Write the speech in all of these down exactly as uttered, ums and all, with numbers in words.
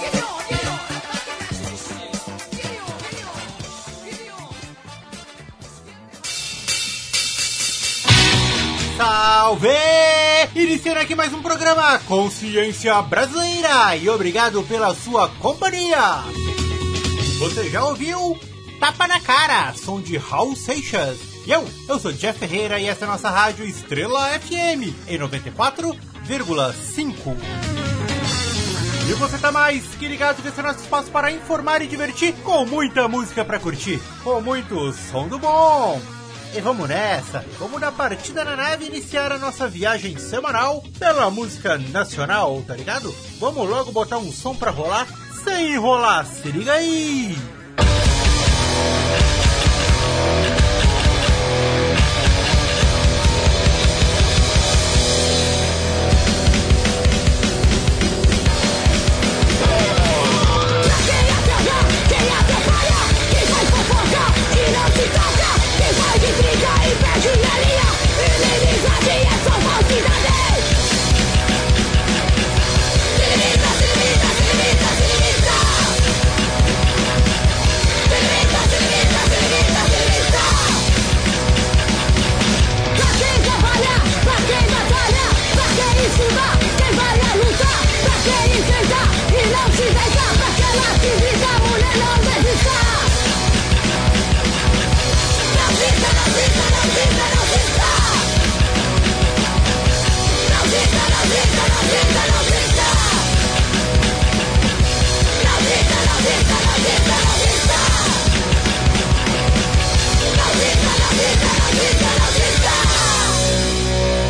Salve! Iniciando aqui mais um programa Consciência Brasileira e obrigado pela sua companhia. Você já ouviu Tapa na Cara, som de Raul Seixas. E eu, eu sou Jeff Ferreira e essa é a nossa rádio Estrela F M em noventa e quatro vírgula cinco. E você tá mais que ligado que esse é nosso espaço para informar e divertir com muita música pra curtir, com muito som do bom. E vamos nessa, vamos dar partida na nave e iniciar a nossa viagem semanal pela música nacional, tá ligado? Vamos logo botar um som pra rolar, sem enrolar, se liga aí!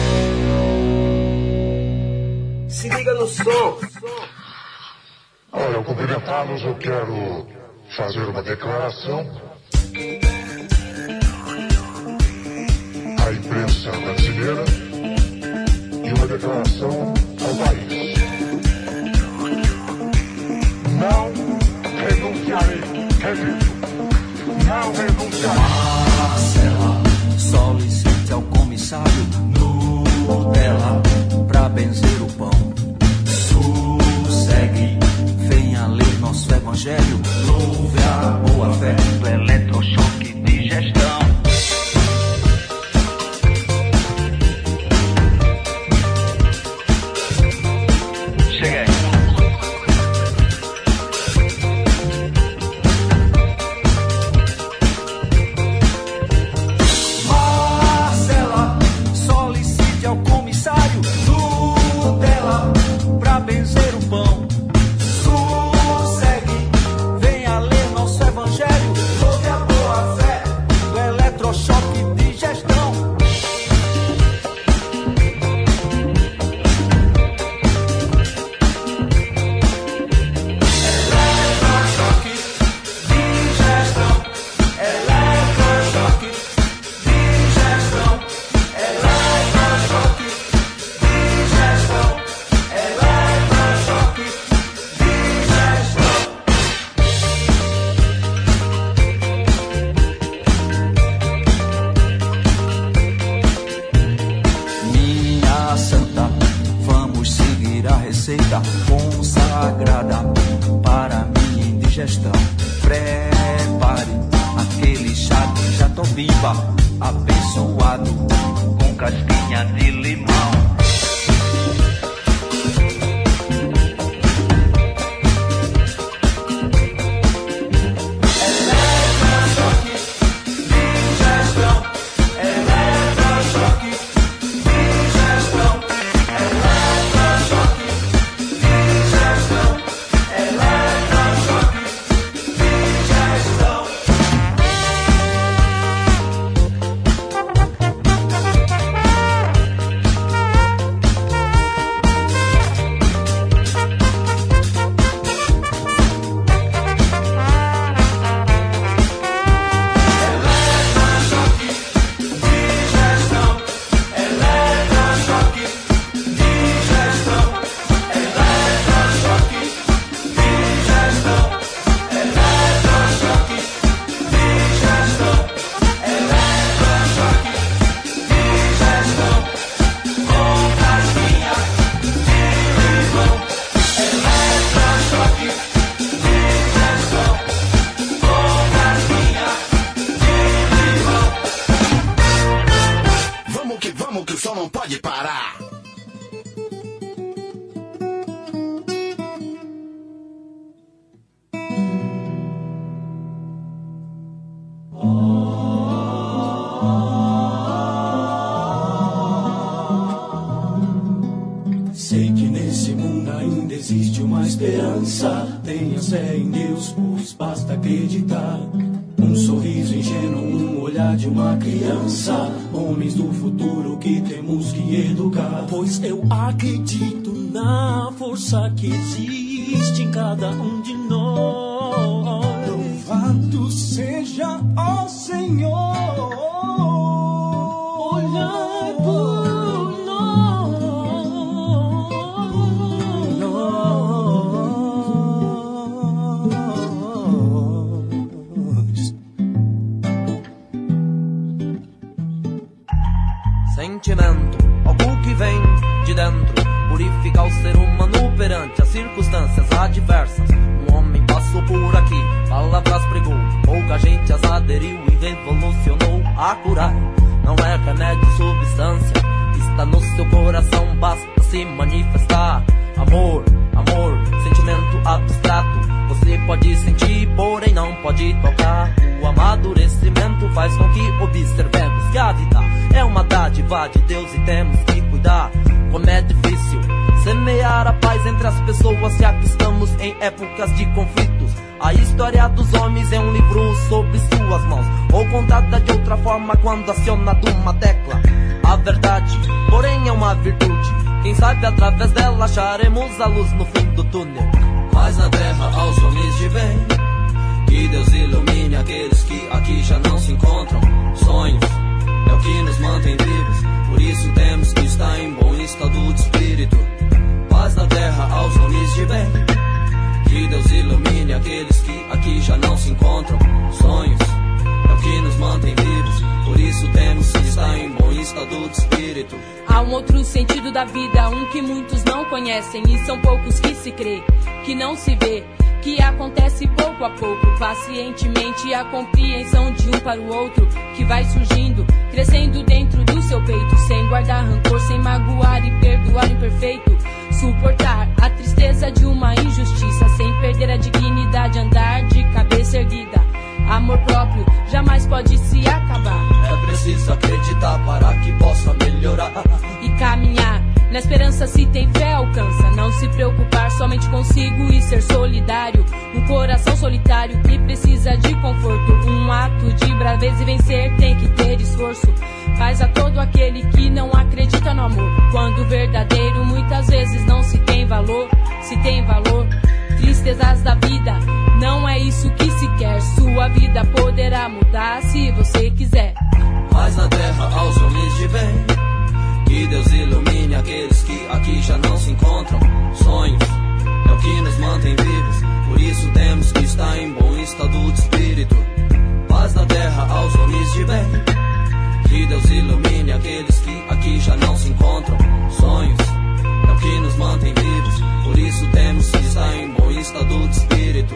Se liga no som. Olha, ao cumprimentá-los, eu quero fazer uma declaração à imprensa brasileira e uma declaração ao país. Não renunciarei, repito, não renunciarei. Marcela, solicite ao comissário Nutella pra benzer o pão. Sossegue, venha ler nosso evangelho. Louve a boa fé do eletrochoque de gestão. Cheguei. Marcela, solicite ao comissário Nutella pra benzer o pão. Sossegue, venha ler nosso evangelho. Louve a boa fé do eletrochoque de gestão. Eletrochoque de gestão. Eletrochoque de gestão. Eletrochoque de gestão. Eletrochoque de gestão. Minha santa, vamos seguir a receita consagrada para minha indigestão. Prepare aquele chá de jatobimba abençoado com casquinha de limão. Eletrochoque de gestão. Eletrochoque de gestão. Eletrochoque de gestão. Eletrochoque de gestão. Eletrochoque de gestão. Eletrochoque de gestão. Eletrochoque de gestão. Eletrochoque de gestão. Eletrochoque de gestão. Com casquinha de limão. Eletrochoque de gestão. Com casquinha de limão. Vamos que vamos, que o som não pode parar. Sei que nesse mundo ainda existe uma esperança. Tenha fé em Deus, pois basta acreditar. Um sorriso ingênuo, um olhar de uma criança. Homens do futuro que temos que educar. Pois eu acredito na força que existe em cada um de nós. Louvado seja ó Senhor. Olhai por nós. Sentimento, algo que vem de dentro, purifica o ser humano perante as circunstâncias adversas. Um homem passou por aqui, palavras pregou, pouca gente as aderiu e revolucionou a curar. Não é remédio, substância, está no seu coração, basta se manifestar. Amor, amor, sentimento abstrato, você pode sentir, porém não pode tocar. O amadurecimento faz com que observemos que a vida é uma dádiva de Deus e temos que cuidar. Como é difícil semear a paz entre as pessoas, já que estamos em épocas de conflitos. A história dos homens é um livro sobre suas mãos, ou contada de outra forma quando acionada uma tecla. A verdade, porém, é uma virtude, quem sabe através dela acharemos a luz no fim do túnel. Paz na terra aos homens de bem. Que Deus ilumine aqueles que aqui já não se encontram. Sonhos é o que nos mantém vivos, por isso temos que estar em bom estado de espírito. Paz na terra aos homens de bem. Que Deus ilumine aqueles que aqui já não se encontram. Sonhos é o que nos mantém vivos, por isso temos que estar em bom estado de espírito. Há um outro sentido da vida, um que muitos não conhecem, e são poucos que se crê, que não se vê, que acontece pouco a pouco, pacientemente a compreensão de um para o outro, que vai surgindo, crescendo dentro do seu peito, sem guardar rancor, sem magoar e perdoar o imperfeito, suportar a tristeza de uma injustiça, sem perder a dignidade, andar de cabeça erguida. Amor próprio jamais pode se acabar. É preciso acreditar para que possa melhorar e caminhar. Na esperança se tem fé alcança. Não se preocupar somente consigo e ser solidário. Um coração solitário que precisa de conforto. Um ato de braveza e vencer tem que ter esforço. Paz a todo aquele que não acredita no amor, quando o verdadeiro muitas vezes não se tem valor. Se tem valor, tristezas da vida, não é isso que se quer. Sua vida poderá mudar se você quiser. Paz na terra aos homens de bem. Que Deus ilumine aqueles que aqui já não se encontram. Sonhos é o que nos mantém vivos, por isso temos que estar em bom estado de espírito. Paz na terra aos homens de bem. Que Deus ilumine aqueles que aqui já não se encontram. Sonhos é o que nos mantém vivos, por isso temos que estar em bom estado de espírito.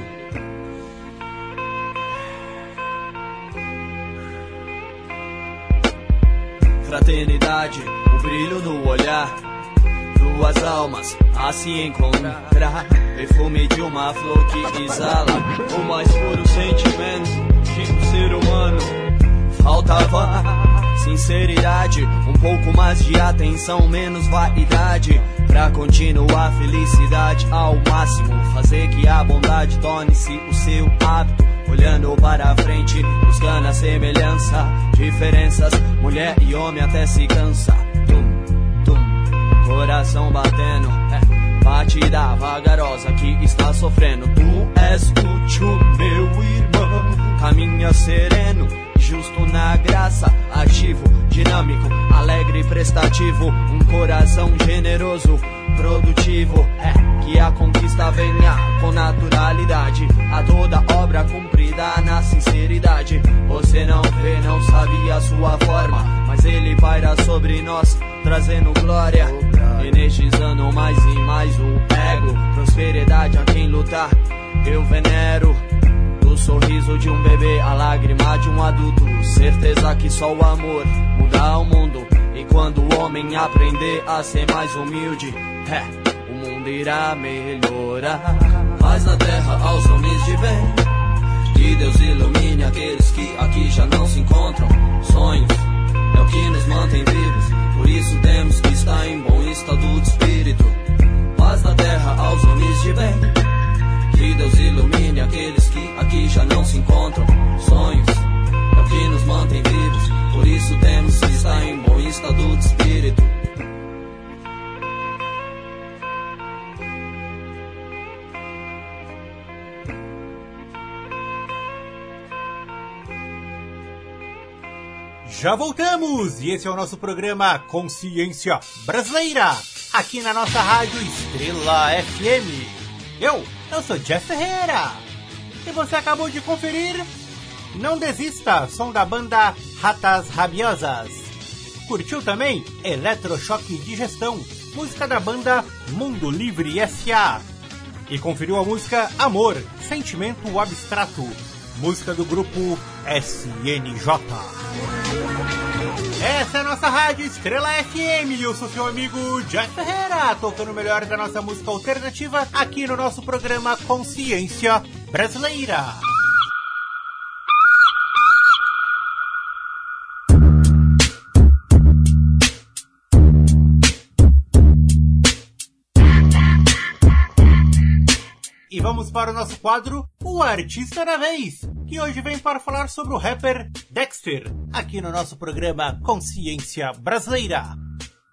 Fraternidade, o brilho no olhar, duas almas a se encontrar. Perfume de uma flor que exala o mais puro sentimento de um ser humano. Faltava sinceridade, um pouco mais de atenção, menos vaidade, pra continuar a felicidade ao máximo. Fazer que a bondade torne-se o seu hábito, olhando para a frente, buscando a semelhança. Diferenças, mulher e homem até se cansa. Tum, tum, coração batendo, é, batida vagarosa que está sofrendo. Tu és útil, meu irmão, caminha sereno, justo na graça, ativo, dinâmico, alegre e prestativo. Um coração generoso, produtivo, é, que a conquista venha com naturalidade. A toda obra cumprida na sinceridade. Você não vê, não sabe a sua forma, mas ele paira sobre nós, trazendo glória, energizando mais e mais o ego. Prosperidade a quem lutar, eu venero. Do sorriso de um bebê, a lágrima de um adulto. Certeza que só o amor muda o mundo. E quando o homem aprender a ser mais humilde, é, o mundo irá melhorar. Paz na terra aos homens de bem. Que Deus ilumine aqueles que aqui já não se encontram. Sonhos é o que nos mantém vivos, por isso temos que estar em bom estado de espírito. Paz na terra aos homens de bem. Que Deus ilumine aqueles que aqui já não se encontram. Sonhos é o que nos mantém vivos, por isso temos que estar em bom estado de espírito. Já voltamos! E esse é o nosso programa Consciência Brasileira, aqui na nossa rádio Estrela F M. Eu, eu sou Jeff Ferreira. E você acabou de conferir Não Desista, som da banda Ratas Rabiosas. Curtiu também Eletrochoque Digestão, música da banda Mundo Livre S A. E conferiu a música Amor, Sentimento Abstrato, música do grupo S N J. Essa é a nossa rádio Estrela F M e eu sou seu amigo Jeff Ferreira, tocando o melhor da nossa música alternativa aqui no nosso programa Consciência Brasileira. E vamos para o nosso quadro O Artista da Vez, que hoje vem para falar sobre o rapper Dexter, aqui no nosso programa Consciência Brasileira.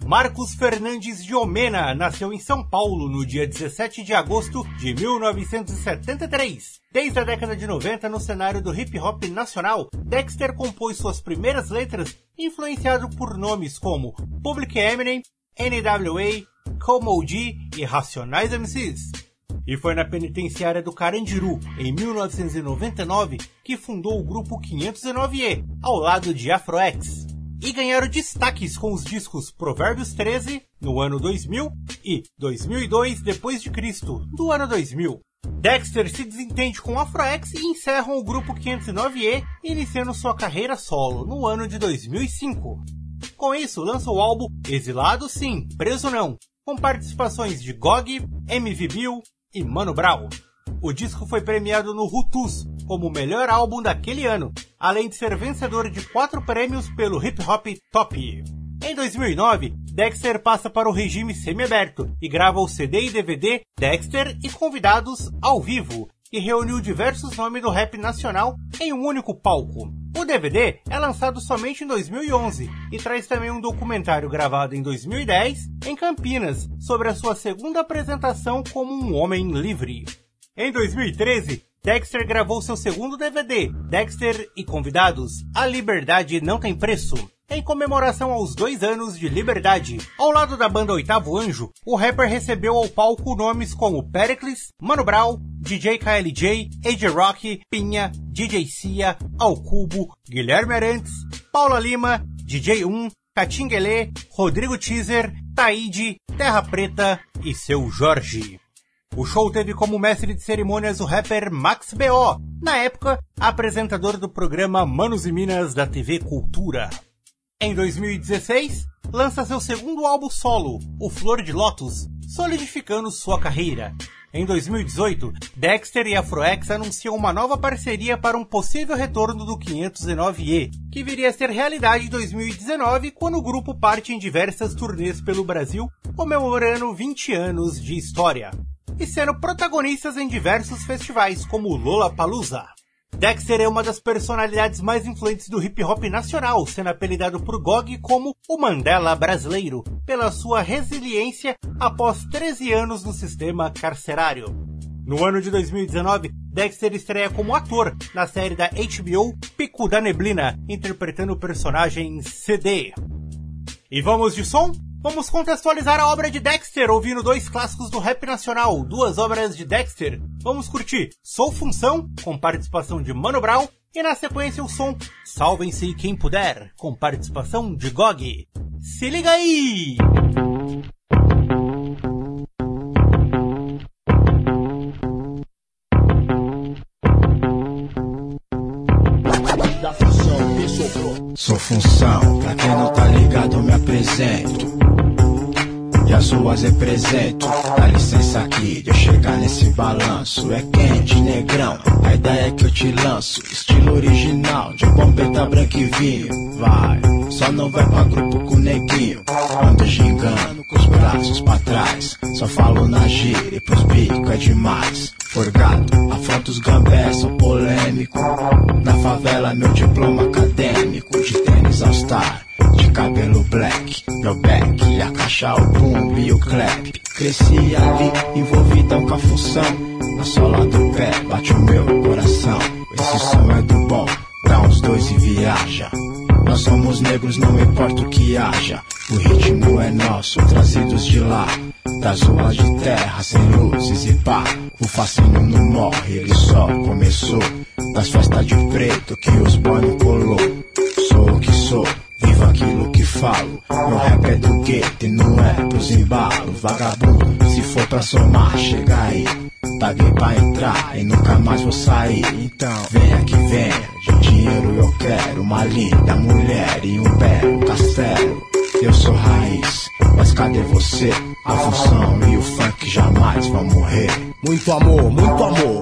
Marcos Fernandes de Omena nasceu em São Paulo no dia dezessete de agosto de mil novecentos e setenta e três. Desde a década de noventa, no cenário do hip-hop nacional, Dexter compôs suas primeiras letras influenciado por nomes como Public Enemy, N W A, Como G e Racionais M Cs. E foi na penitenciária do Carandiru, em mil novecentos e noventa e nove, que fundou o grupo quinhentos e nove E, ao lado de Afro-X. E ganharam destaques com os discos Provérbios treze, no ano dois mil, e dois mil e dois depois de Cristo, do ano dois mil. Dexter se desentende com Afro-X e encerram o grupo quinhentos e nove E, iniciando sua carreira solo, no ano de dois mil e cinco. Com isso, lança o álbum Exilado Sim, Preso Não, com participações de Gog, M V Bill e Mano Brown. O disco foi premiado no Rutus como o melhor álbum daquele ano, além de ser vencedor de quatro prêmios pelo Hip Hop Top. Em dois mil e nove, Dexter passa para o regime semiaberto e grava o C D e D V D Dexter e Convidados ao vivo, que reuniu diversos nomes do rap nacional em um único palco. O D V D é lançado somente em dois mil e onze e traz também um documentário gravado em dois mil e dez em Campinas sobre a sua segunda apresentação como um homem livre. Em dois mil e treze, Dexter gravou seu segundo D V D, Dexter e Convidados, A Liberdade Não Tem Preço, em comemoração aos dois anos de liberdade. Ao lado da banda Oitavo Anjo, o rapper recebeu ao palco nomes como Pericles, Mano Brown, D J K L J, A J Rock, Pinha, D J Cia, Ao Cubo, Guilherme Arantes, Paula Lima, D J um, Catinguelê, Rodrigo Teaser, Taíde, Terra Preta e Seu Jorge. O show teve como mestre de cerimônias o rapper Max B O, na época apresentador do programa Manos e Minas da T V Cultura. Em dois mil e dezesseis, lança seu segundo álbum solo, O Flor de Lótus, solidificando sua carreira. Em dois mil e dezoito, Dexter e Afro-X anunciam uma nova parceria para um possível retorno do quinhentos e nove E, que viria a ser realidade em dois mil e dezenove, quando o grupo parte em diversas turnês pelo Brasil, comemorando vinte anos de história, e sendo protagonistas em diversos festivais, como o Lollapalooza. Dexter é uma das personalidades mais influentes do hip-hop nacional, sendo apelidado por Gog como o Mandela brasileiro, pela sua resiliência após treze anos no sistema carcerário. No ano de dois mil e dezenove, Dexter estreia como ator na série da H B O Pico da Neblina, interpretando o personagem C D. E vamos de som? Vamos contextualizar a obra de Dexter, ouvindo dois clássicos do rap nacional, duas obras de Dexter. Vamos curtir Sou Função, com participação de Mano Brown, e na sequência o som Salvem-se Quem Puder, com participação de Gog. Se liga aí! Sou função, pra quem não tá ligado eu me apresento e as ruas represento. Dá licença aqui de eu chegar nesse balanço. É quente, negrão, a ideia é que eu te lanço. Estilo original, de bombeta branca e vinho. Vai, só não vai pra grupo com neguinho. Ando gingando com os braços pra trás. Só falo na gíria e pros bicos é demais. Forgado, afronta os gambés, sou polêmico. Na favela meu diploma acadêmico. De tênis All Star, de cabelo black. Meu back, a caixa, o boom e o clap. Cresci ali, envolvidão com a função. Na sola do pé, bate o meu coração. Esse som é do bom, dá uns dois e viaja. Nós somos negros, não importa o que haja. O ritmo é nosso, trazidos de lá. Das ruas de terra, sem luzes e pá. O fascínio não morre, ele só começou. Das festas de preto que os boy não colou. Sou o que sou, vivo aquilo que falo. Meu rap é do gueto e não é pros embalos. Vagabundo, se for pra somar, chega aí. Paguei pra entrar e nunca mais vou sair. Então, venha que venha, de dinheiro eu quero. Uma linda mulher e um belo castelo. Eu sou raiz, mas cadê você? A função e o funk jamais vão morrer. Muito amor, muito amor pelo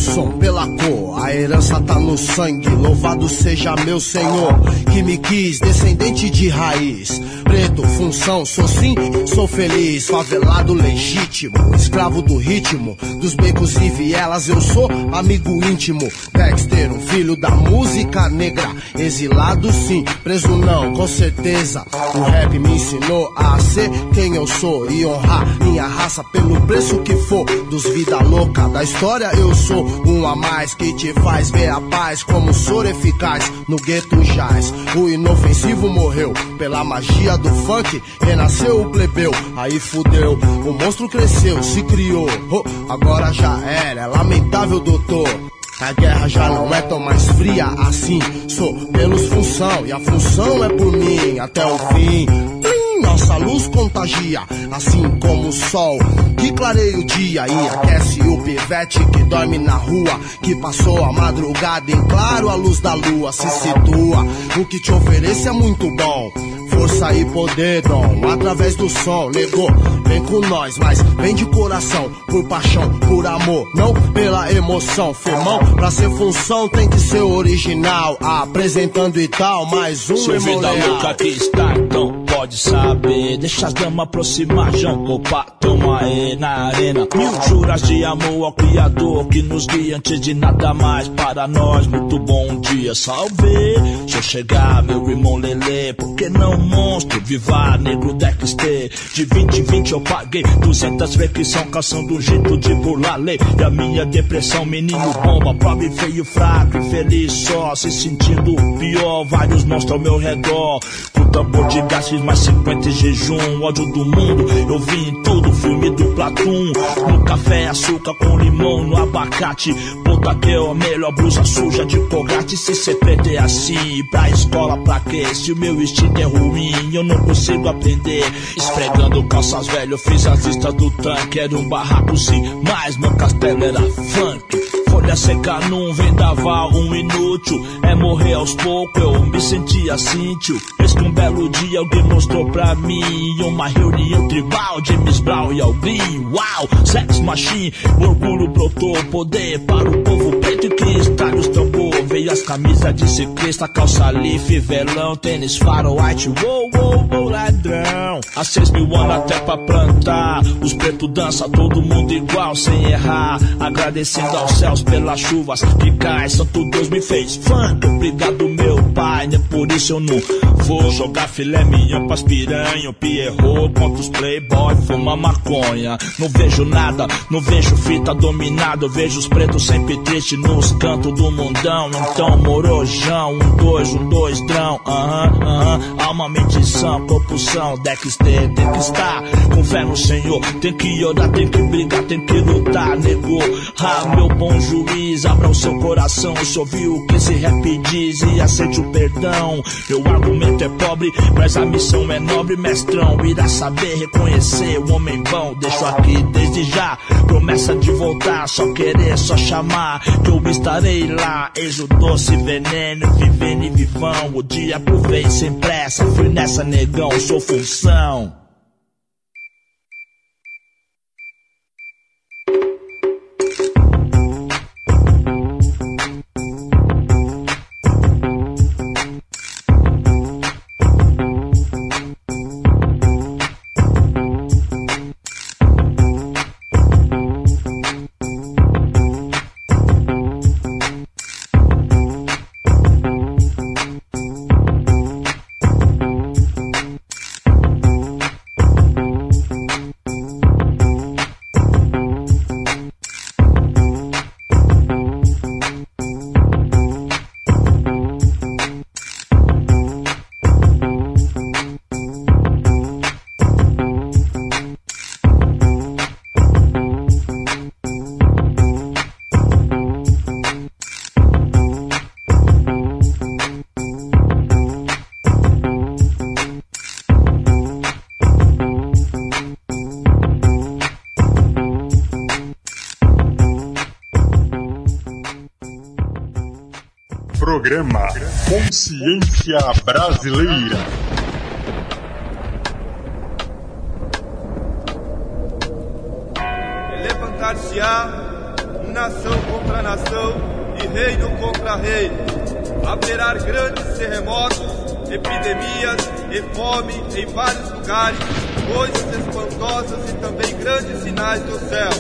som, pela cor, a herança tá no sangue. Louvado seja meu Senhor, que me quis, descendente de raiz. Preto, função, sou sim, sou feliz. Favelado legítimo, escravo do ritmo, dos becos e vielas, eu sou amigo íntimo. Dexter, um filho da música negra. Exilado sim, preso não, com certeza. O rap me ensinou a ser quem eu sou e honrar minha raça pelo preço que for. Dos vida louca da história eu sou um a mais, que te faz ver a paz como soro eficaz. No gueto jaz, o inofensivo morreu. Pela magia do funk, renasceu o plebeu. Aí fudeu, o monstro cresceu, se criou. Oh, agora já era, é lamentável doutor. A guerra já não é tão mais fria assim. Sou pelos função e a função é por mim até o fim. Nossa luz contagia, assim como o sol que clareia o dia e aquece o pivete que dorme na rua, que passou a madrugada em claro a luz da lua. Se situa, o que te ofereço é muito bom. Força e poder, dom, através do som. Negou, vem com nós, mas vem de coração. Por paixão, por amor, não pela emoção. Firmão, pra ser função tem que ser original. Apresentando e tal, mais um Sua vida louca que está, então pode saber. Deixa as damas aproximar, João. Opa, toma aí na arena. Mil juras de amor ao Criador que nos guia antes de nada mais para nós. Muito bom dia, salve. Se eu chegar, meu irmão Lelê, por que não monstro? Viva negro Dexter. De vinte em vinte eu paguei duzentas flexão, caçando um jeito de burlar a lei. E a minha depressão, menino bomba, pobre, feio, fraco, infeliz só, se sentindo pior. Vários monstros ao meu redor, com tambor de gás, fiz mais cinquenta em jejum. Ódio do mundo, eu vi em tudo, filme do Platum. No café, açúcar com limão, no abacate. Puta que é a melhor blusa suja de Colgate. Se cê preto é assim, pra escola pra quê? Se o meu instinto é ruim, eu não consigo aprender. Esfregando calças velho, fiz as listas do tanque. Era um barraco sim, mas meu castelo era funk. Folha seca num vendaval, um inútil. É morrer aos poucos, eu me sentia assim, tio. Eis que um belo dia alguém mostrou pra mim uma reunião tribal, James Brown e Alvin. Uau, sex machine, orgulho brotou, poder para o povo preto que está nos tambor. Veio as camisas de ciclista, calça leaf, velão, tênis faro, white, uou, uou, uou, ladrão. Há seis mil anos até pra plantar, os pretos dançam, todo mundo igual, sem errar. Agradecendo aos céus pelas chuvas que caem, santo Deus me fez funk. Obrigado meu pai, né? Por isso eu não vou jogar filé mignon pras piranha. O Pierrot contra os playboy, fuma maconha. Não vejo nada, não vejo fita dominada. Eu vejo os pretos sempre tristes nos cantos do mundão. Então morojão, um dois, um dois drão. Aham, uh aham, -huh, uh -huh. Alma, mente sã, propulsão. Dexter tem que estar com fé no Senhor. Tem que orar, tem que brigar, tem que lutar, negou. Ah, meu bom juiz, abra o seu coração. Se ouviu o que esse rap diz e aceite o perdão. Meu argumento é pobre, mas a missão é nobre, mestrão. Irá saber reconhecer o homem bom. Deixo aqui desde já promessa de voltar. Só querer, só chamar, que eu estarei lá. Eis o doce veneno, vivendo e vivão. O dia por vez sem pressa, fui nessa negão, sou função. Programa Consciência Brasileira. Levantar-se-á nação contra nação e reino contra reino. Haverá grandes terremotos, epidemias e fome em vários lugares, coisas espantosas e também grandes sinais do céu.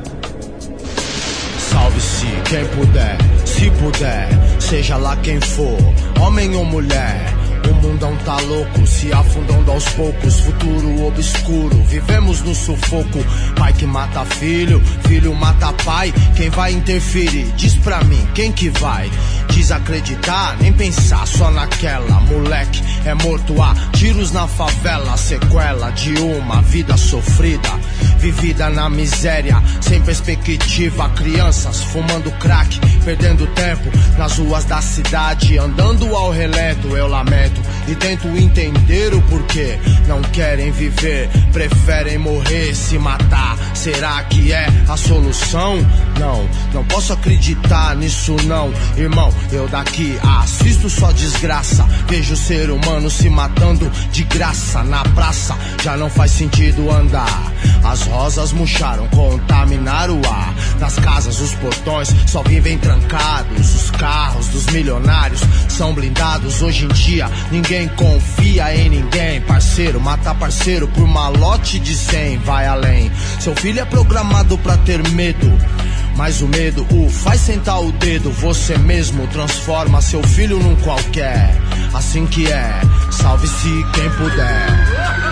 Salve-se quem puder, se puder, seja lá quem for, homem ou mulher. O mundão tá louco, se afundando aos poucos, futuro obscuro, vivemos no sufoco. Pai que mata filho, filho mata pai, quem vai interferir? Diz pra mim, quem que vai? Desacreditar, nem pensar só naquela. Moleque é morto a tiros na favela, sequela de uma vida sofrida, vivida na miséria, sem perspectiva. Crianças fumando crack, perdendo tempo nas ruas da cidade, andando ao relento. Eu lamento e tento entender o porquê não querem viver, preferem morrer, se matar. Será que é a solução? Não, não posso acreditar nisso não, irmão. Eu daqui assisto só desgraça, vejo o ser humano se matando de graça na praça. Já não faz sentido andar, as rosas murcharam, contaminaram o ar. Nas casas os portões só vivem trancados, os carros dos milionários são blindados. Hoje em dia ninguém confia em ninguém, parceiro mata parceiro por malote de cem. Vai além, seu filho é programado pra ter medo, mas o medo o faz sentar o dedo. Você mesmo transforma seu filho num qualquer. Assim que é, salve-se quem puder.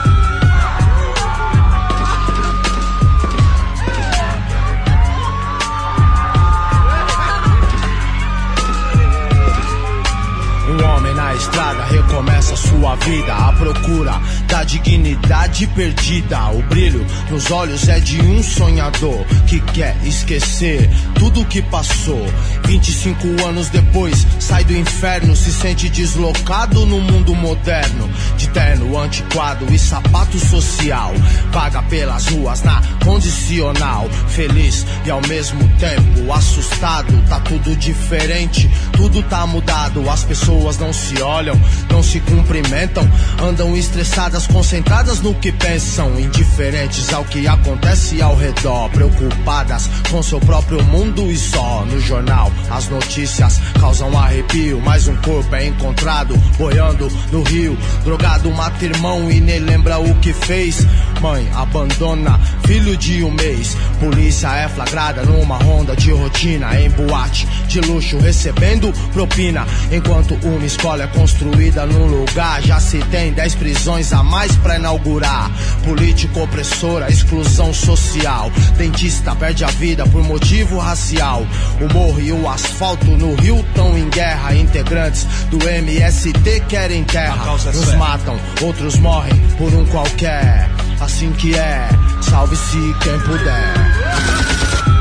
Um homem na estrada recomeça sua vida à procura da dignidade perdida. O brilho nos olhos é de um sonhador que quer esquecer tudo que passou. vinte e cinco anos depois, sai do inferno, se sente deslocado no mundo moderno, de terno antiquado e sapato social. Vaga pelas ruas na condicional, feliz e ao mesmo tempo assustado. Tá tudo diferente, tudo tá mudado. As pessoas não se olham, não se cumprimentam, andam estressadas, concentradas no que pensam, indiferentes ao que acontece ao redor, preocupadas com seu próprio mundo e só. No jornal as notícias causam arrepio, mas um corpo é encontrado boiando no rio. Drogado mata irmão e nem lembra o que fez. Mãe abandona filho de um mês. Polícia é flagrada numa ronda de rotina, em boate de luxo recebendo propina. Enquanto uma escola é construída no lugar, já se tem dez prisões a mais pra inaugurar. Político opressora, exclusão social. Dentista perde a vida por motivo racial. O morro e o asfalto no Rio tão em guerra. Integrantes do M S T querem terra. Uns matam, outros morrem por um qualquer. Assim que é, salve-se quem puder.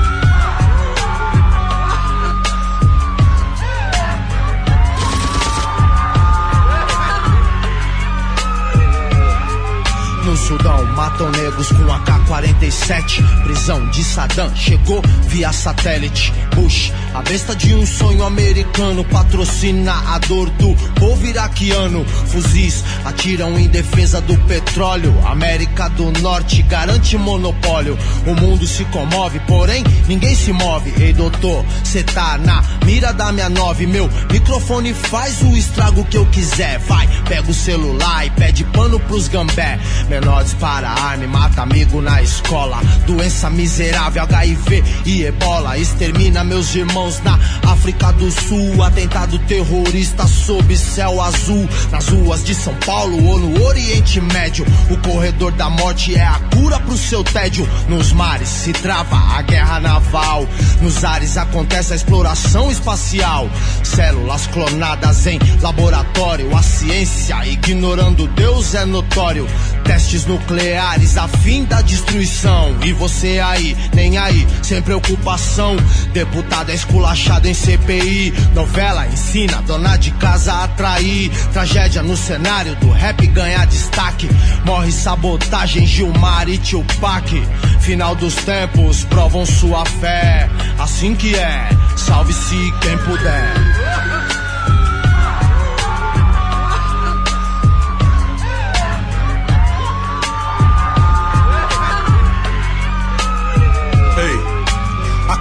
No Sudão matam negros com A K quarenta e sete. Prisão de Saddam chegou via satélite. Bush, a besta de um sonho americano, patrocina a dor do povo iraquiano. Fuzis atiram em defesa do petróleo. América do Norte garante monopólio. O mundo se comove, porém ninguém se move. Ei doutor, cê tá na mira da minha nove. Meu microfone faz o estrago que eu quiser. Vai, pega o celular e pede pano pros gambé. Menor dispara arma e mata amigo na escola. Doença miserável, H I V e ebola. Extermina meus irmãos na África do Sul. Atentado terrorista sob céu azul. Nas ruas de São Paulo ou no Oriente Médio. O corredor da morte é a cura pro seu tédio. Nos mares se trava a guerra naval. Nos ares acontece a exploração espacial. Células clonadas em laboratório. A ciência ignorando Deus é notório. Testes nucleares a fim da destruição. E você aí, nem aí, sem preocupação. Deputado é esculachado em C P I. Novela ensina dona de casa a atrair. Tragédia no cenário do rap ganhar destaque. Morre sabotagem, Gilmar e Tupac. Final dos tempos provam sua fé. Assim que é, salve-se quem puder.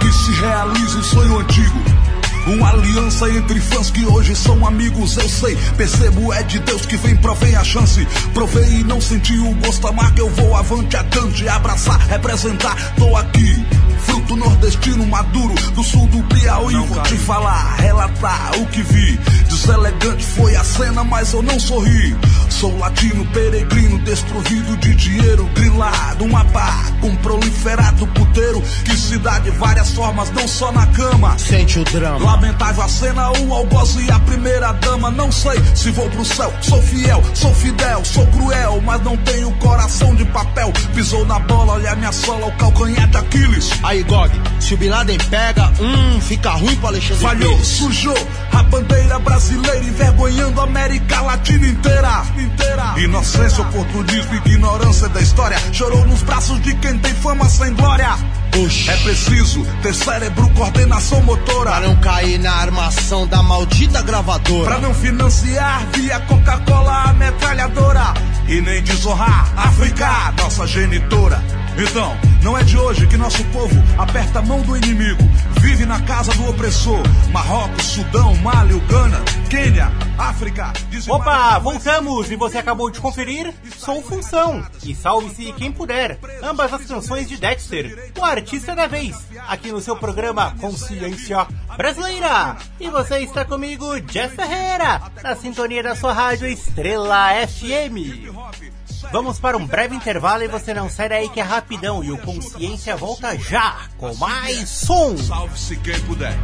que se realize um sonho antigo. Uma aliança entre fãs que hoje são amigos, eu sei. Percebo, é de Deus que vem, provei a chance. Provei e não senti o gosto amargo. Eu vou avante, adiante, abraçar, representar. Tô aqui, fruto nordestino maduro, do sul do Piauí. Vou te falar, relatar o que vi. Deselegante foi a cena, mas eu não sorri. Sou latino, peregrino, desprovido de dinheiro. Grilado, uma pá, com proliferado puteiro. Que se dá de várias formas, não só na cama. Sente o drama. Lamentável a cena, o algoz e a primeira dama. Não sei se vou pro céu, sou fiel, sou fidel, sou cruel, mas não tenho coração de papel. Pisou na bola, olha minha sola, o calcanhar de Aquiles. Aí, Gog, se o Bin Laden pega, hum, fica ruim pro Alexandre Falhou, Pires. sujou a bandeira brasileira, envergonhando a América Latina inteira. inteira. Inocência, oportunismo, ignorância da história. Chorou nos braços de quem tem fama sem glória. Oxi. É preciso ter cérebro, coordenação motora, pra não cair na armação da maldita gravadora, pra não financiar via Coca-Cola a metralhadora, e nem desonrar África, nossa genitora. Então, não é de hoje que nosso povo aperta a mão do inimigo, vive na casa do opressor. Marrocos, Sudão, Mali, Uganda, Quênia, África. Opa, voltamos! E você acabou de conferir Sou Função e Salve-se Quem Puder, ambas as canções de Dexter, o artista da vez, aqui no seu programa Consciência Brasileira. E você está comigo, Jeff Ferreira, na sintonia da sua rádio Estrela F M. Vamos para um breve intervalo e você não sai daí que é rapidão, e o Consciência volta já com mais som. Salve-se quem puder.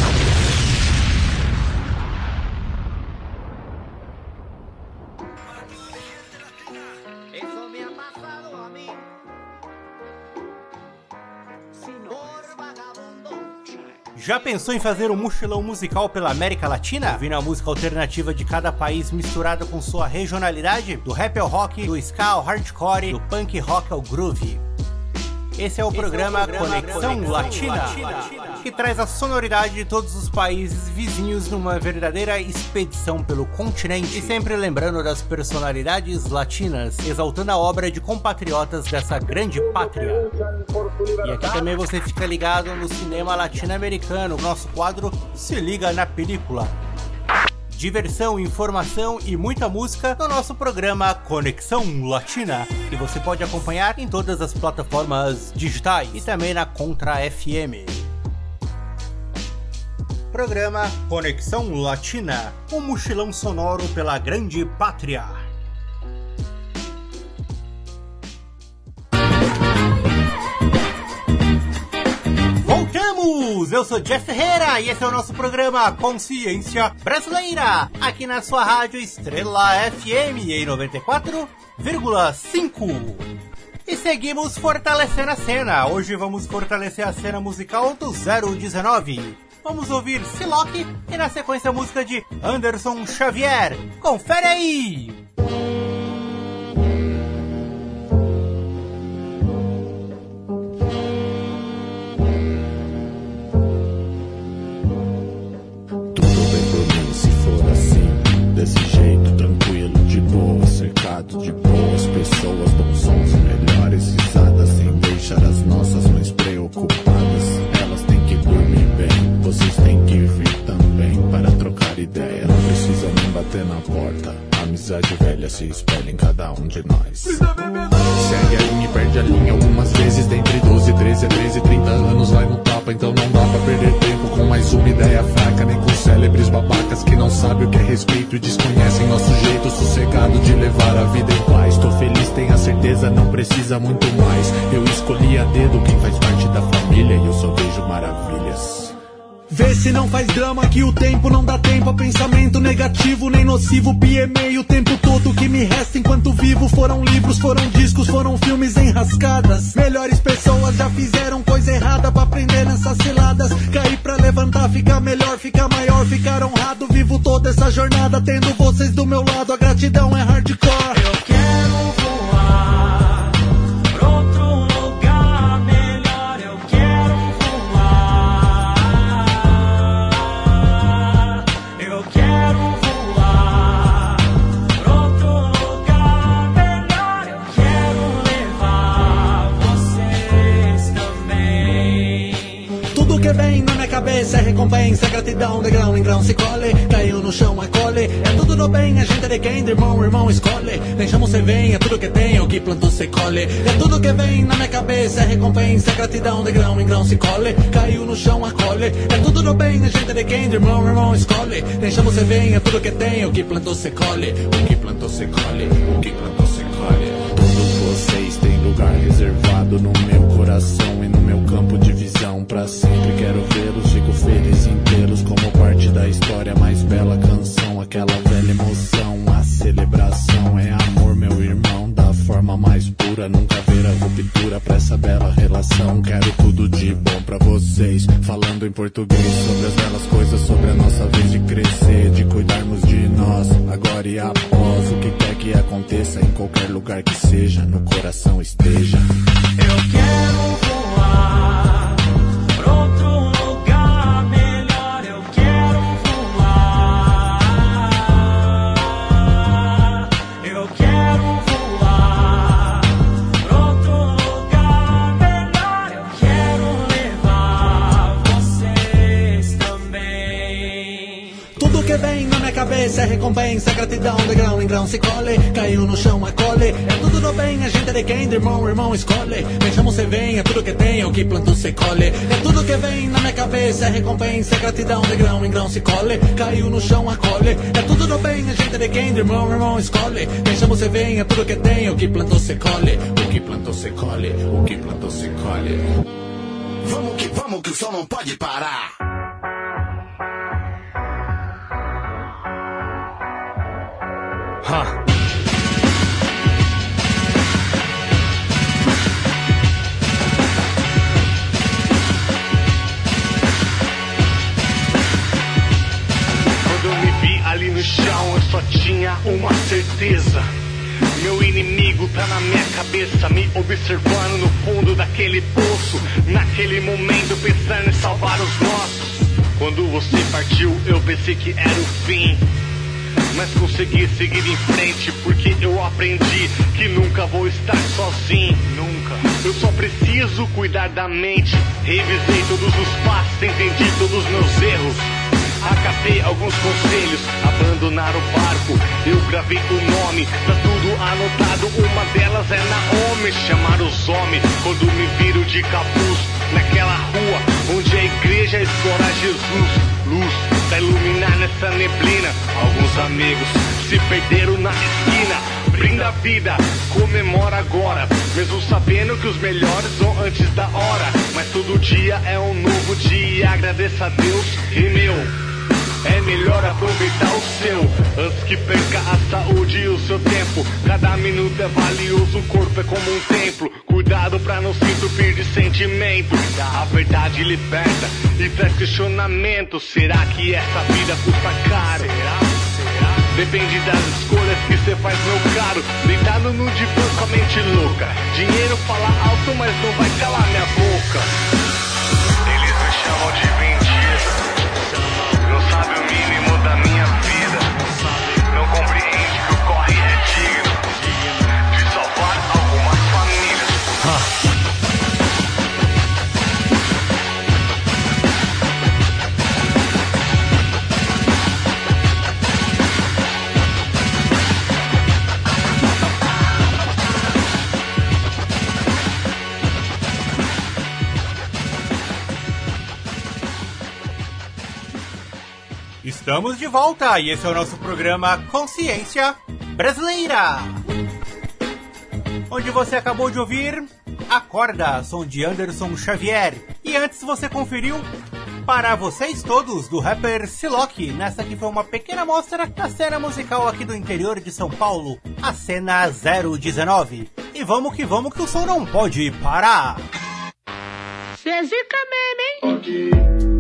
Já pensou em fazer um mochilão musical pela América Latina? Ouvindo a música alternativa de cada país misturada com sua regionalidade? Do rap ao rock, do ska ao hardcore, do punk rock ao groove. Esse é o, Esse programa, é o programa Conexão, Conexão Latina, Latina, que traz a sonoridade de todos os países vizinhos numa verdadeira expedição pelo continente. E sempre lembrando das personalidades latinas, exaltando a obra de compatriotas dessa grande pátria. E aqui também você fica ligado no cinema latino-americano, nosso quadro Se Liga na Película. Diversão, informação e muita música no nosso programa Conexão Latina, que você pode acompanhar em todas as plataformas digitais e também na Contra F M. Programa Conexão Latina, um mochilão sonoro pela grande pátria. Voltamos! Eu sou Jeff Ferreira e esse é o nosso programa Consciência Brasileira, aqui na sua rádio Estrela F M em noventa e quatro vírgula cinco. E seguimos fortalecendo a cena. Hoje vamos fortalecer a cena musical do zero dezenove. Vamos ouvir Silock e na sequência a música de Anderson Xavier. Confere aí! Desse jeito, tranquilo, de boa, cercado de boas pessoas, bons sons e melhores risadas, sem deixar as nossas mães preocupadas. Elas têm que dormir bem, vocês têm que vir também para trocar ideia. Não precisa nem bater na porta, a amizade velha se espelha em cada um de nós. Segue a linha e perde a linha algumas vezes, dentre doze, treze, treze, trinta anos vai no tapa, então não dá pra perder tempo com mais uma ideia fraca, nem com célebres babacas que não sabem o que é respeito e desconhecem nosso jeito sossegado de levar a vida em paz. Tô feliz, tenha certeza, não precisa muito mais. Eu escolhi a dedo quem faz parte da família e eu só vejo maravilhas. Vê se não faz drama que o tempo não dá tempo a pensamento negativo nem nocivo. P M A o tempo todo que me resta enquanto vivo. Foram livros, foram discos, foram filmes enrascadas. Melhores pessoas já fizeram coisa errada pra aprender nessas ciladas. Cair pra levantar, ficar melhor, ficar maior, ficar honrado. Vivo toda essa jornada tendo vocês do meu lado. A gratidão é hardcore. Eu quero voar pra outro lugar melhor. Eu quero cabeça, é recompensa, é gratidão, de grão em grão se colhe, caiu no chão, acolhe, é tudo do bem, a gente é de quem, de irmão, irmão escolhe, nem chamo cê vem, é tudo que tem, o que plantou cê colhe, é tudo que vem na minha cabeça, é recompensa, é gratidão, de grão em grão se colhe, caiu no chão, acolhe, é tudo do bem, a gente é de quem, de irmão, irmão escolhe, nem chamo cê vem, é tudo que tem, o que plantou cê colhe, o que plantou cê colhe, o que plantou cê colhe. Todos vocês têm lugar reservado no meu coração e no meu campo de visão. Pra sempre quero vê-los, fico feliz em tê-los como parte da história, mais bela canção, aquela velha emoção. A celebração é amor, meu irmão, da forma mais pura, nunca haverá ruptura pra essa bela relação. Quero tudo de bom pra vocês, falando em português sobre as belas coisas, sobre a nossa vez de crescer, de cuidarmos de nós, agora e após. O que quer que aconteça, em qualquer lugar que seja, no coração esteja. Eu quero voar pra outro lugar melhor. Eu quero voar. Eu quero voar pra outro lugar melhor. Eu quero levar vocês também. Tudo que vem na minha cabeça é recompensa, é gratidão, de grão em grão se colhe, caiu no chão, acolhe, é tudo do bem, a gente é de quem, de irmão, irmão escolhe, nem chamo cê vem, é tudo que tem, o que plantou cê colhe, é tudo que vem na minha cabeça, é recompensa, é gratidão, de grão em grão se colhe, caiu no chão, acolhe, é tudo do bem, a gente é de quem, de irmão, irmão escolhe, nem chamo cê vem, é tudo que tem, o que plantou cê colhe, o que plantou cê colhe, o que plantou cê colhe. Vamos que vamos, que o sol não pode parar. Ha. Quando eu me vi ali no chão, eu só tinha uma certeza: meu inimigo tá na minha cabeça, me observando no fundo daquele poço, naquele momento pensando em salvar os nossos. Quando você partiu, eu pensei que era o fim, mas consegui seguir em frente, porque eu aprendi que nunca vou estar sozinho, nunca. Eu só preciso cuidar da mente. Revisei todos os passos, entendi todos os meus erros, acatei alguns conselhos, abandonar o barco. Eu gravei o nome, tá tudo anotado. Uma delas é Naomi, chamar os homens quando me viro de capuz, naquela rua onde a igreja explora Jesus. Luz pra iluminar nessa neblina. Alguns amigos se perderam na esquina. Brinda a vida, comemora agora, mesmo sabendo que os melhores vão antes da hora. Mas todo dia é um novo dia, agradeça a Deus e meu, é melhor aproveitar o seu, antes que perca a saúde e o seu tempo. Cada minuto é valioso, o corpo é como um templo. Cuidado pra não se entupir de sentimento. A verdade liberta e traz questionamento. Será que essa vida custa caro? Será? Será? Depende das escolhas que você faz, meu caro. Deitado no divã com a mente louca. Dinheiro fala alto, mas não vai calar minha boca. Eles me chamam de mentira, não sabe o mínimo da minha vida, não compreende que o corre é digno de salvar algumas famílias. Ah. Estamos de volta e esse é o nosso programa Consciência Brasileira, onde você acabou de ouvir Acorda, som de Anderson Xavier. E antes você conferiu Para Vocês Todos, do rapper Silock. Nessa aqui foi uma pequena amostra da cena musical aqui do interior de São Paulo, a cena zero dezenove. E vamos que vamos que o som não pode parar. Cê zica mesmo, hein? Ok.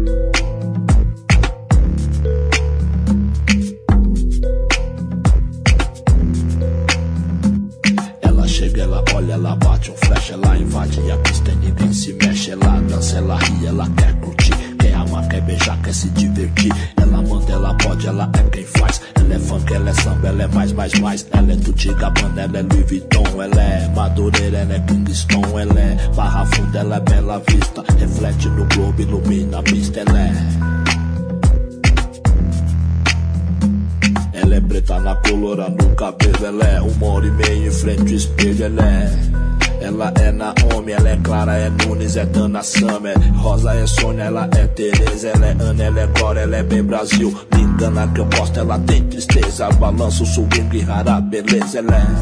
Chega, ela olha, ela bate um flash, ela invade a pista e ninguém se mexe. Ela dança, ela ri, ela quer curtir, quer amar, quer beijar, quer se divertir. Ela manda, ela pode, ela é quem faz. Ela é funk, ela é samba, ela é mais, mais, mais. Ela é Tutti Gabbana, ela é Louis Vuitton. Ela é Madureira, ela é Kingston. Ela é Barra Funda, ela é Bela Vista. Reflete no globo, ilumina a pista. Ela é... Ela é preta na colora, no cabelo. Ela é uma hora e meia em frente ao espelho. Ela é... Ela é Naomi, ela é Clara, é Nunes, é Dana Summer. Rosa é Sônia, ela é Tereza. Ela é Ana, ela é Glória, ela é bem Brasil. Me engana que eu gosto, ela tem tristeza. Balança o swing, rara beleza. Ela é...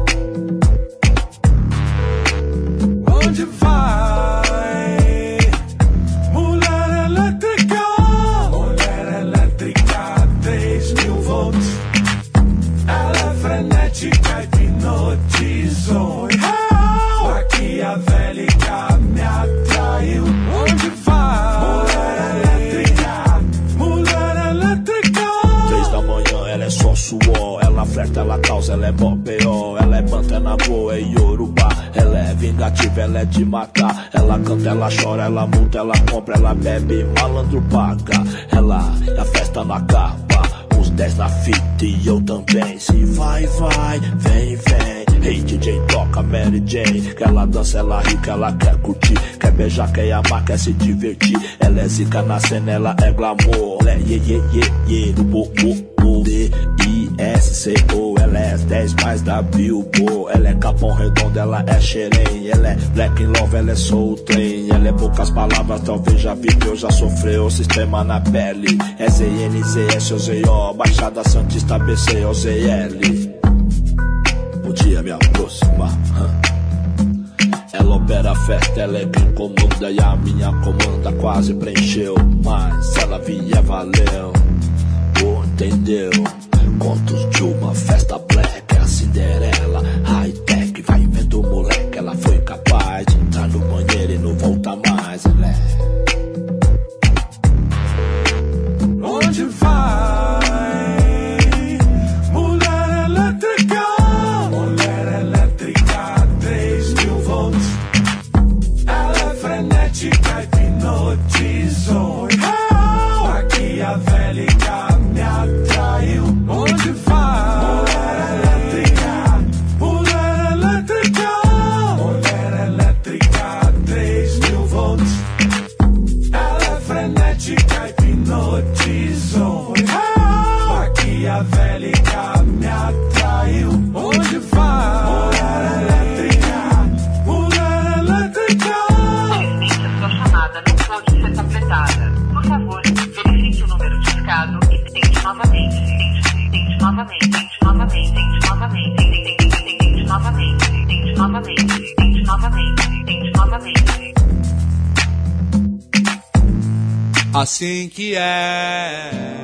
Onde vai? Mulher elétrica. Mulher elétrica, três mil volts. Ela é frenética, hipnotizou. Maquiavélica, me atraiu. Onde vai? Mulher elétrica. Mulher elétrica. Três da manhã, ela é só suor. Ela flerta, ela causa, ela é mó P O. Ela é pantana boa, é Yorubá. Ela é vingativa, ela é de matar. Ela canta, ela chora, ela multa, ela compra, ela bebe, malandro paga. Ela é a festa na capa, uns dez na fita e eu também. Se vai, vai, vem, vem. Hey D J, toca Mary Jane. Que ela dança, ela ri, que ela quer curtir. Quer beijar, quer amar, quer se divertir. Ela é zica na cena, ela é glamour. Ela é ye, ye, ye, ye, do bo, bo, D, I, S, C, O. Ela é dez mais da Billboard. Ela é Capão Redondo, ela é xerém. Ela é Black in Love, ela é Soul Train. Ela é poucas palavras, talvez já viveu, já sofreu. Sistema na pele. É Z N Z S O Z O. Baixada Santista, B C O Z L. Podia me aproximar, huh? Ela opera a festa, ela é quem comanda. E a minha comanda quase preencheu. Mas ela via, valeu. Oh, entendeu? Contos de uma festa black. A Cinderela, high-tech. Vai vendo o moleque, ela foi capaz de entrar no banheiro e não voltar mais. Ela é... Onde vai? Hipnotizou. Maquiavélica, me atraiu. Onde vai? Mulher elétrica. Mulher elétrica. Mulher elétrica, três mil volts. Ela é frenética, hipnotizou. Maquiavélica, me atraiu. Onde vai? Mulher elétrica. Mulher elétrica. Não pode ser tabletada. Por favor, verifique o número discado e tente novamente. Tente, tente novamente. Tente novamente. Tente novamente. Tente, tente, tente novamente. Tente novamente. Tente novamente. Tente novamente. Assim que é.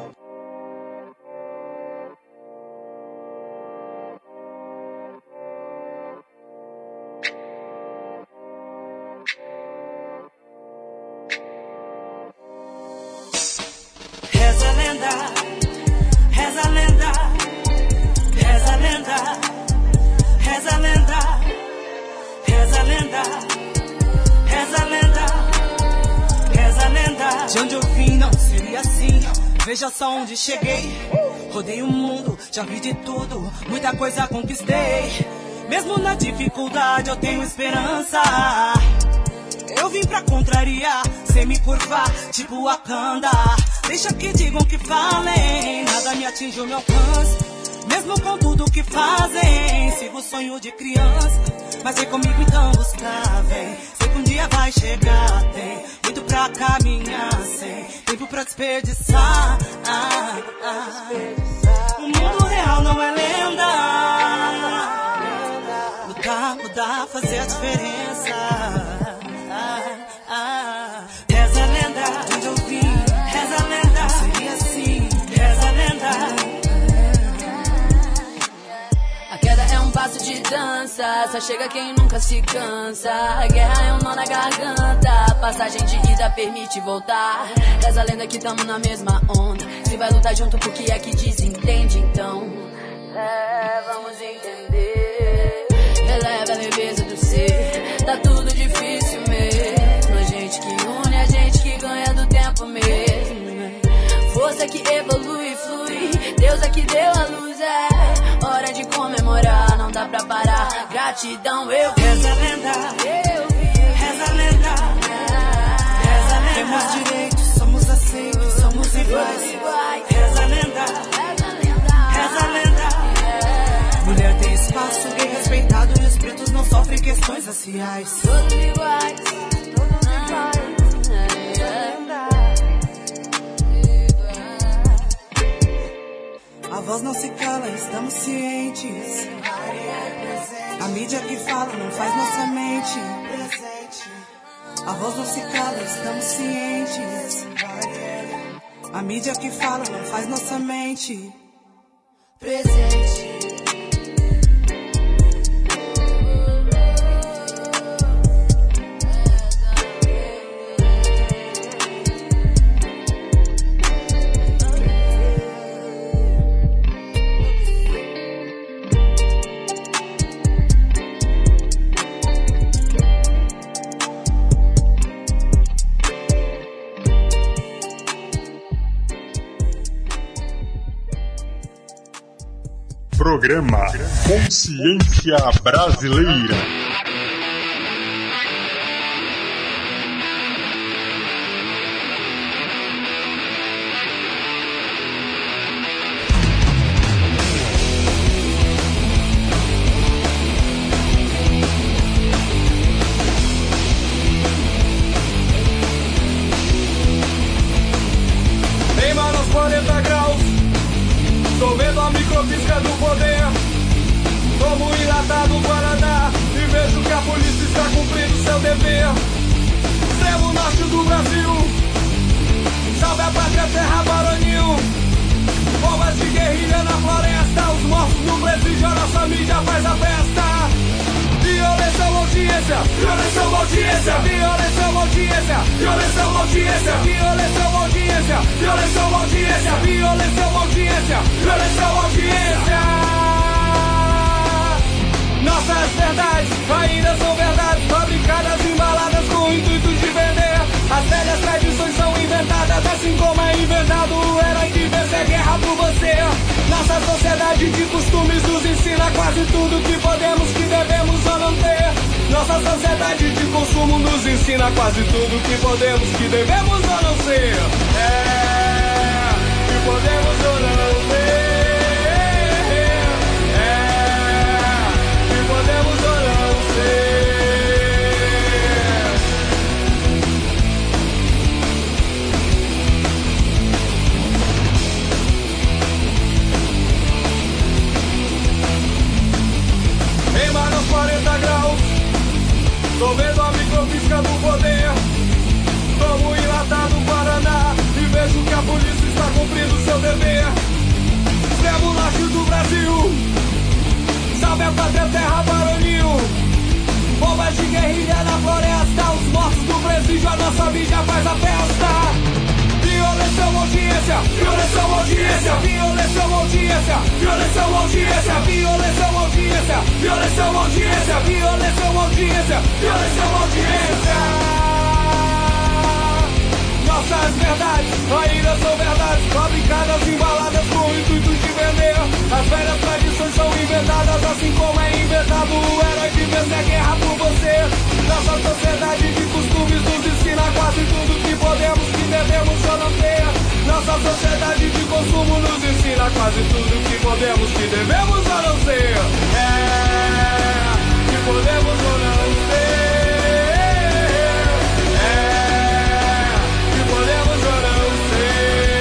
Reza a lenda, reza a lenda, reza a lenda, reza a lenda, reza a lenda, reza a lenda, reza a lenda. De onde eu vim não seria assim, veja só onde cheguei. Rodei o mundo, já vi de tudo, muita coisa conquistei. Mesmo na dificuldade eu tenho esperança. Eu vim pra contrariar, sem me curvar, tipo Wakanda. Deixa que digam que falem, nada me atinge o meu alcance. Mesmo com tudo que fazem, sigo o sonho de criança. Mas vem comigo então buscar, vem. Sei que um dia vai chegar, tem muito pra caminhar, sem tempo pra desperdiçar. Ah, ah. O mundo real não é lenda. Lutar, mudar, fazer a diferença. Ah, ah. Reza a lenda, onde eu vim. Reza a lenda, seria assim. Reza a lenda. A queda é um passo de dança, só chega quem nunca se cansa. A guerra é um nó na garganta, passagem de ida permite voltar. Reza a lenda que tamo na mesma onda. Se vai lutar junto, por que é que desentende então? É, vamos entender. Eleva a leveza do ser. Tá tudo difícil mesmo. A gente que une, a gente que ganha do tempo mesmo. é que evolui e flui, Deus é que deu a luz, é hora de comemorar, não dá pra parar. Gratidão, eu vi. Reza a lenda, eu vi. Reza a lenda, reza a lenda. Temos direitos, somos aceitos, somos iguais. Reza a lenda, reza a lenda. Mulher tem espaço, gay respeitado e os pretos não sofrem questões raciais. Todos iguais, todos iguais. A voz não se cala, estamos cientes. A mídia que fala não faz nossa mente. A voz não se cala, estamos cientes. A mídia que fala não faz nossa mente. Presente. Programa Consciência Brasileira. Em menos quarenta graus, tô vendo a microfísica do poder. Como enlatado Guaraná, e vejo que a polícia está cumprindo seu dever. Extremo norte do Brasil, salve a pátria, terra, baronil. Bombas de guerrilha na floresta, os mortos no presídio, a nossa mídia faz a festa. Violência, audiência, violência, audiência, violência, audiência, violência, audiência, violência, audiência, violência, audiência, violência, audiência, violência, audiência. Nossas verdades ainda são verdades fabricadas, embaladas com o intuito de vender. As velhas tradições são inventadas, assim como é inventado o herói que vence a guerra por você. Nossa sociedade de costumes nos ensina quase tudo que podemos, que devemos ou não ter. Nossa sociedade de consumo nos ensina quase tudo que podemos, que devemos ou não ser. É, que podemos ou não ser. quarenta graus, tô vendo a microfísica do poder. Como enlatado Guaraná, e vejo que a polícia está cumprindo seu dever. Extremo norte do Brasil, salve a pátria, terra, baronil. Bombas de guerrilha na floresta, os mortos do presídio, a nossa mídia faz a festa. Violência, audiência, violência, audiência, violência, audiência, violência, audiência, violência, audiência, violência, audiência, violência, audiência, violência, audiência. Nossas verdades ainda são verdades fabricadas, embaladas com o intuito de vender. As velhas tradições são inventadas, assim como é inventado o herói que vence a guerra por você. Nossa sociedade de costumes nos ensina quase tudo que podemos, que devemos ou não ter. Nossa sociedade de consumo nos ensina quase tudo que podemos, que devemos ou não ser. É, que podemos ou não ser. É, que podemos ou não ser.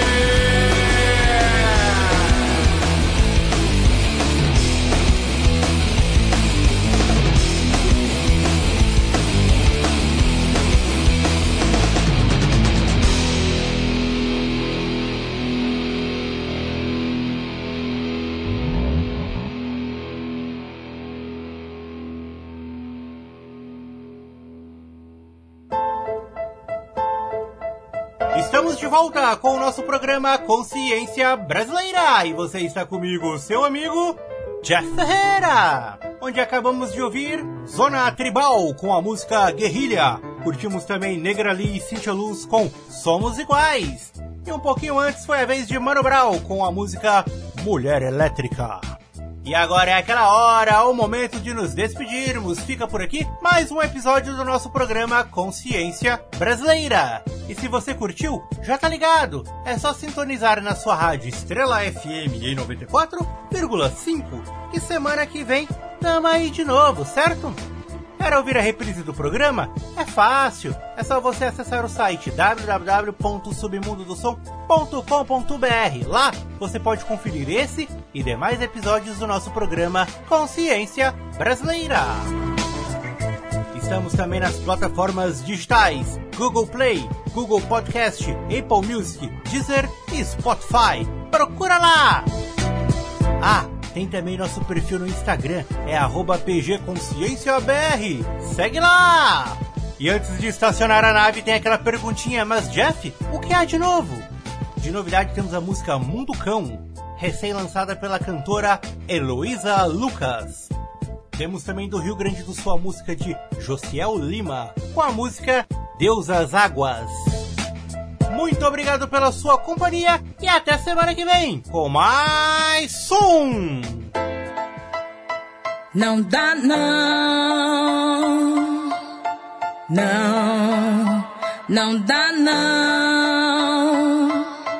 Estamos de volta com o nosso programa Consciência Brasileira e você está comigo, seu amigo Jeff Ferreira, onde acabamos de ouvir Zona Tribal com a música Guerrilha. Curtimos também Negra Lee e Cintia Luz com Somos Iguais. E um pouquinho antes foi a vez de Mano Brown com a música Mulher Elétrica. E agora é aquela hora, o momento de nos despedirmos. Fica por aqui mais um episódio do nosso programa Consciência Brasileira. E se você curtiu, já tá ligado. É só sintonizar na sua rádio Estrela F M em noventa e quatro vírgula cinco. E semana que vem, tamo aí de novo, certo? Quer ouvir a reprise do programa? É fácil. É só você acessar o site w w w ponto submundo do som ponto com ponto b r. Lá você pode conferir esse e demais episódios do nosso programa Consciência Brasileira. Estamos também nas plataformas digitais Google Play, Google Podcast, Apple Music, Deezer e Spotify. Procura lá! Ah, tem também nosso perfil no Instagram, é arroba pgconscienciabr. Segue lá! E antes de estacionar a nave tem aquela perguntinha, mas Jeff, o que há de novo? De novidade temos a música Mundo Cão, recém-lançada pela cantora Heloísa Lucas. Temos também do Rio Grande do Sul a música de Josiel Lima, com a música Deus às Águas. Muito obrigado pela sua companhia e até semana que vem com mais som. Não dá não, não, não dá não.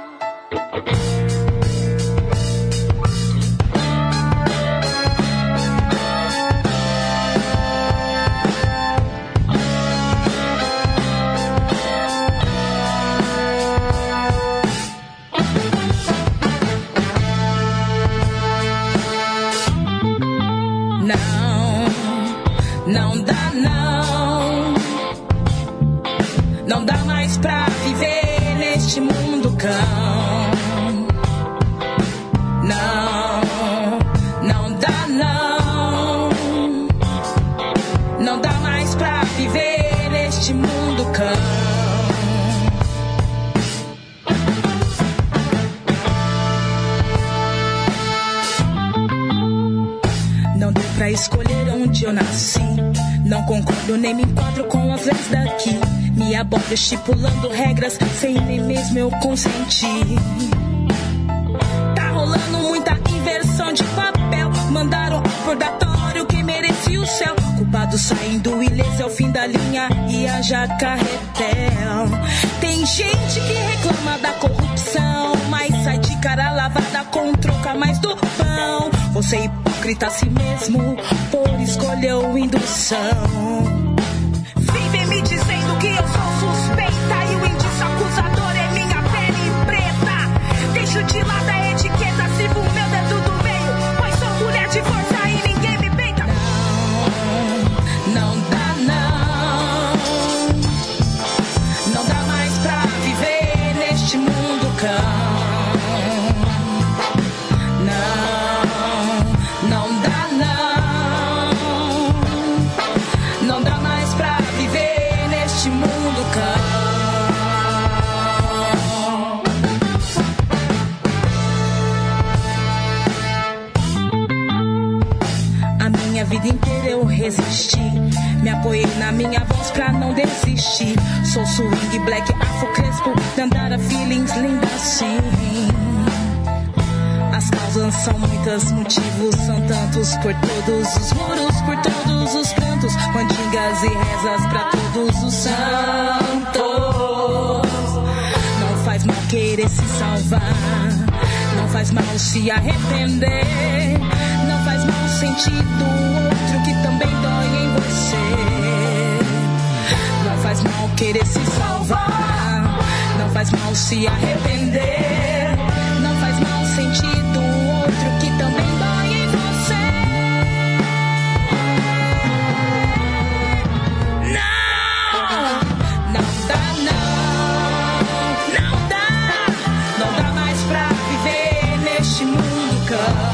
Não dá não, não dá mais pra viver neste mundo cão. Não, não dá não, não dá mais pra viver neste mundo cão. Não deu pra escolher onde eu nasci. Não concordo nem me enquadro com as leis daqui. Me abordo estipulando regras sem nem mesmo eu consentir. Tá rolando muita inversão de papel. Mandaram ao purgatório quem merecia o céu. Culpado saindo ileso é o fim da linha e haja carretel. Tem gente que reclama da corrupção, mas sai de cara lavada com troca mais do pão. Você é hipócrita a si mesmo por escolher o indução. Vivem me dizendo que eu sou suspeita e o indício acusador é minha pele preta. Deixo de lado a etiqueta, sirvo o meu dedo do meio, pois sou mulher de força e ninguém me peita. Não, não dá não, não dá mais pra viver neste mundo cão. A vida inteira eu resisti, me apoiei na minha voz pra não desistir. Sou swing, black, afro, crespo, dandara, feelings, linda assim. As causas são muitas, motivos são tantos. Por todos os muros, por todos os cantos, mandingas e rezas pra todos os santos. Não faz mal querer se salvar, não faz mal se arrepender, não faz mal sentir do outro que também dói em você. Não faz mal querer se salvar, não faz mal se arrepender, não faz mal sentir do outro que também dói em você. Não, não dá não, não dá, não dá mais pra viver neste mundo cão.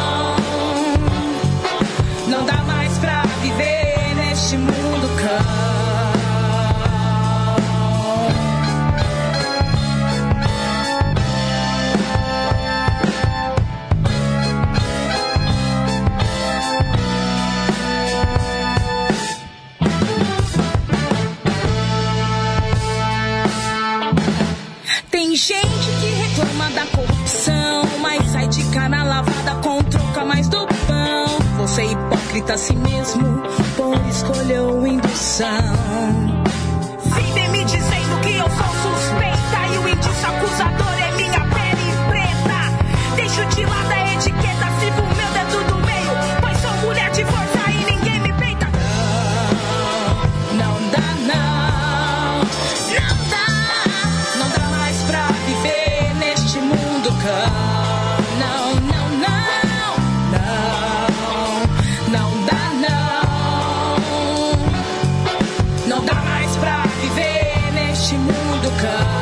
Não dá mais pra viver neste mundo cão. mais do pão. Você é hipócrita assim mesmo, por escolheu indução. Vivem me dizendo que eu sou suspeita e o indício acusador é minha pele preta. Deixo de lado a etiqueta, sirvo o meu dedo do meio, pois sou mulher de força e ninguém me peita. Não, não dá não, não dá, não dá mais pra viver neste mundo cão. Não, não, não, não, não dá não, não dá mais pra viver neste mundo cão.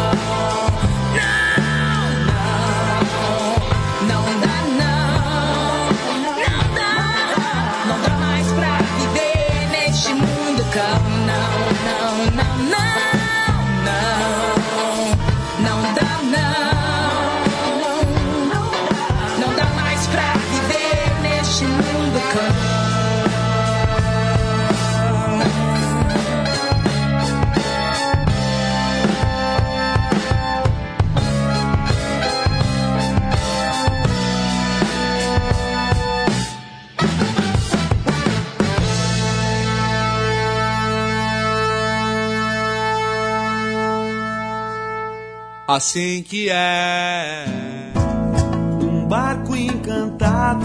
Assim que é. Num barco encantado,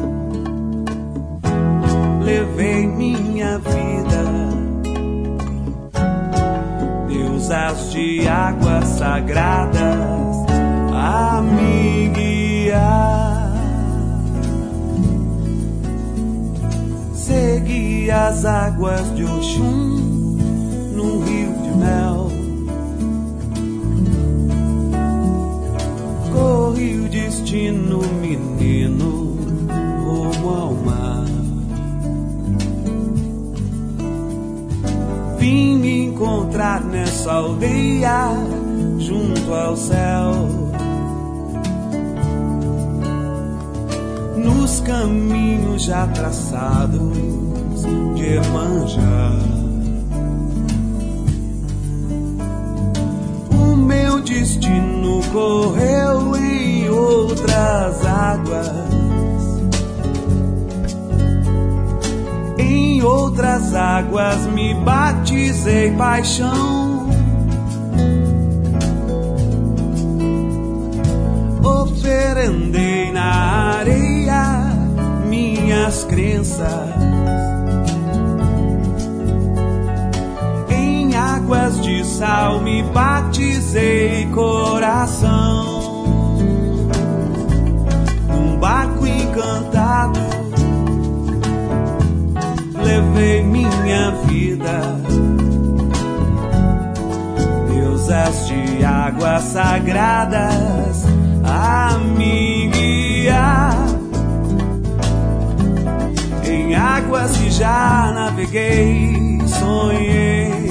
levei minha vida. Deusas de águas sagradas a me guiar. Segui as águas de Oxum num rio de mel. Corri o destino, menino, rumo ao mar. Vim me encontrar nessa aldeia, junto ao céu. Nos caminhos já traçados de Iemanjá. Meu destino correu em outras águas, em outras águas me batizei paixão. Operandei na areia minhas crenças. Águas de sal me batizei coração. Num barco encantado, levei minha vida. Deusas de águas sagradas a me guiar. Em águas que já naveguei, sonhei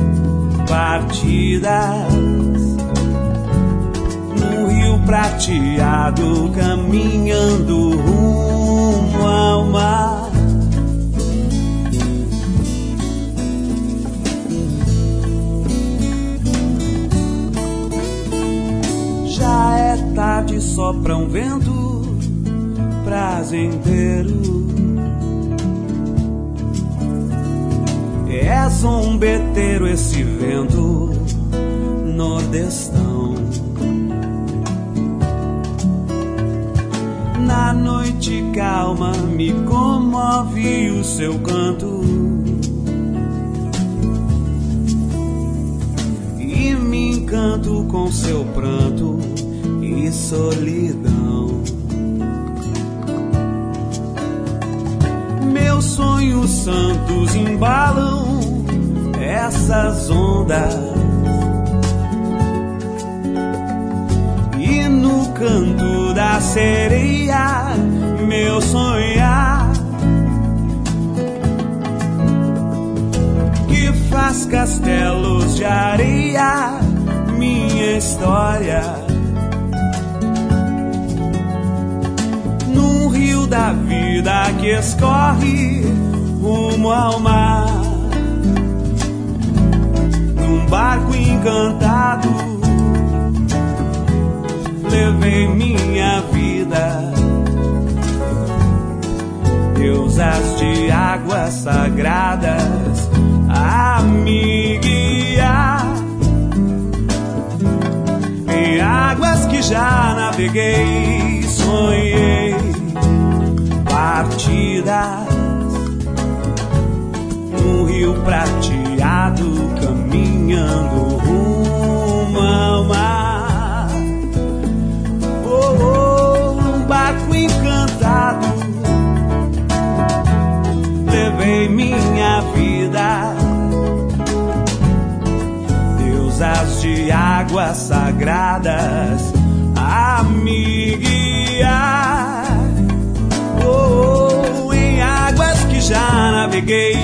partidas no rio prateado, caminhando rumo ao mar. Já é tarde, sopra um vento prazenteiro. É zombeteiro esse vento nordestão. Na noite calma me comove o seu canto e me encanto com seu pranto e solidão. Meus sonhos santos embalam essas ondas e no canto da sereia meu sonhar que faz castelos de areia minha história. Num rio da vida que escorre rumo ao mar. Num barco encantado, levei minha vida. águas sagradas a me guiar. Em águas que já naveguei, sonhei partidas num rio prateado, caminhando rumo ao mar. Oh, oh, num barco encantado levei minha vida, deusas de águas sagradas a me guiar. Oh, oh, em águas que já naveguei,